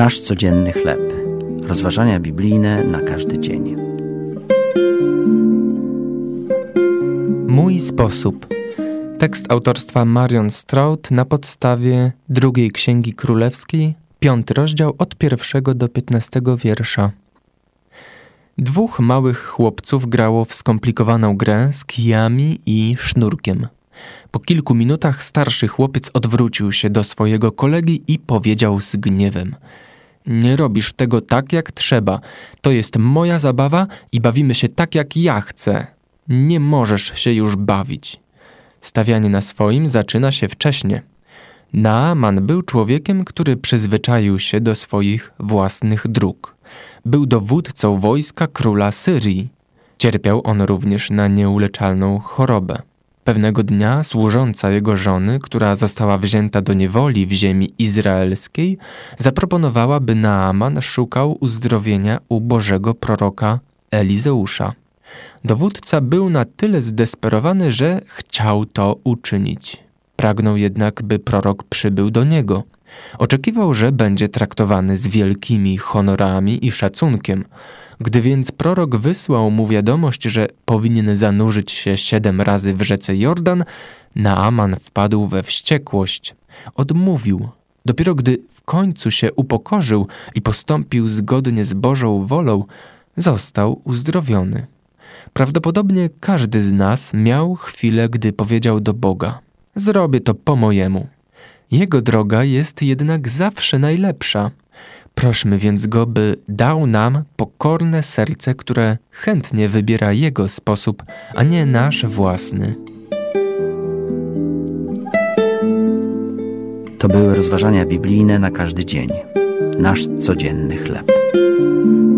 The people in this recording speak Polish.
Nasz codzienny chleb. Rozważania biblijne na każdy dzień. Mój sposób. Tekst autorstwa Marion Stroud na podstawie 2 Księgi Królewskiej, 5 rozdział od 1 do 15 wiersza. 2 małych chłopców grało w skomplikowaną grę z kijami i sznurkiem. Po kilku minutach starszy chłopiec odwrócił się do swojego kolegi i powiedział z gniewem: „Nie robisz tego tak, jak trzeba. To jest moja zabawa i bawimy się tak, jak ja chcę. Nie możesz się już bawić”. Stawianie na swoim zaczyna się wcześnie. Naaman był człowiekiem, który przyzwyczaił się do swoich własnych dróg. Był dowódcą wojska króla Syrii. Cierpiał on również na nieuleczalną chorobę. Pewnego dnia służąca jego żony, która została wzięta do niewoli w ziemi izraelskiej, zaproponowała, by Naaman szukał uzdrowienia u Bożego proroka Elizeusza. Dowódca był na tyle zdesperowany, że chciał to uczynić. Pragnął jednak, by prorok przybył do niego. Oczekiwał, że będzie traktowany z wielkimi honorami i szacunkiem. Gdy więc prorok wysłał mu wiadomość, że powinien zanurzyć się 7 razy w rzece Jordan, Naaman wpadł we wściekłość. Odmówił. Dopiero gdy w końcu się upokorzył i postąpił zgodnie z Bożą wolą, został uzdrowiony. Prawdopodobnie każdy z nas miał chwilę, gdy powiedział do Boga: „Zrobię to po mojemu”. Jego droga jest jednak zawsze najlepsza. Prośmy więc Go, by dał nam pokorne serce, które chętnie wybiera Jego sposób, a nie nasz własny. To były rozważania biblijne na każdy dzień. Nasz codzienny chleb.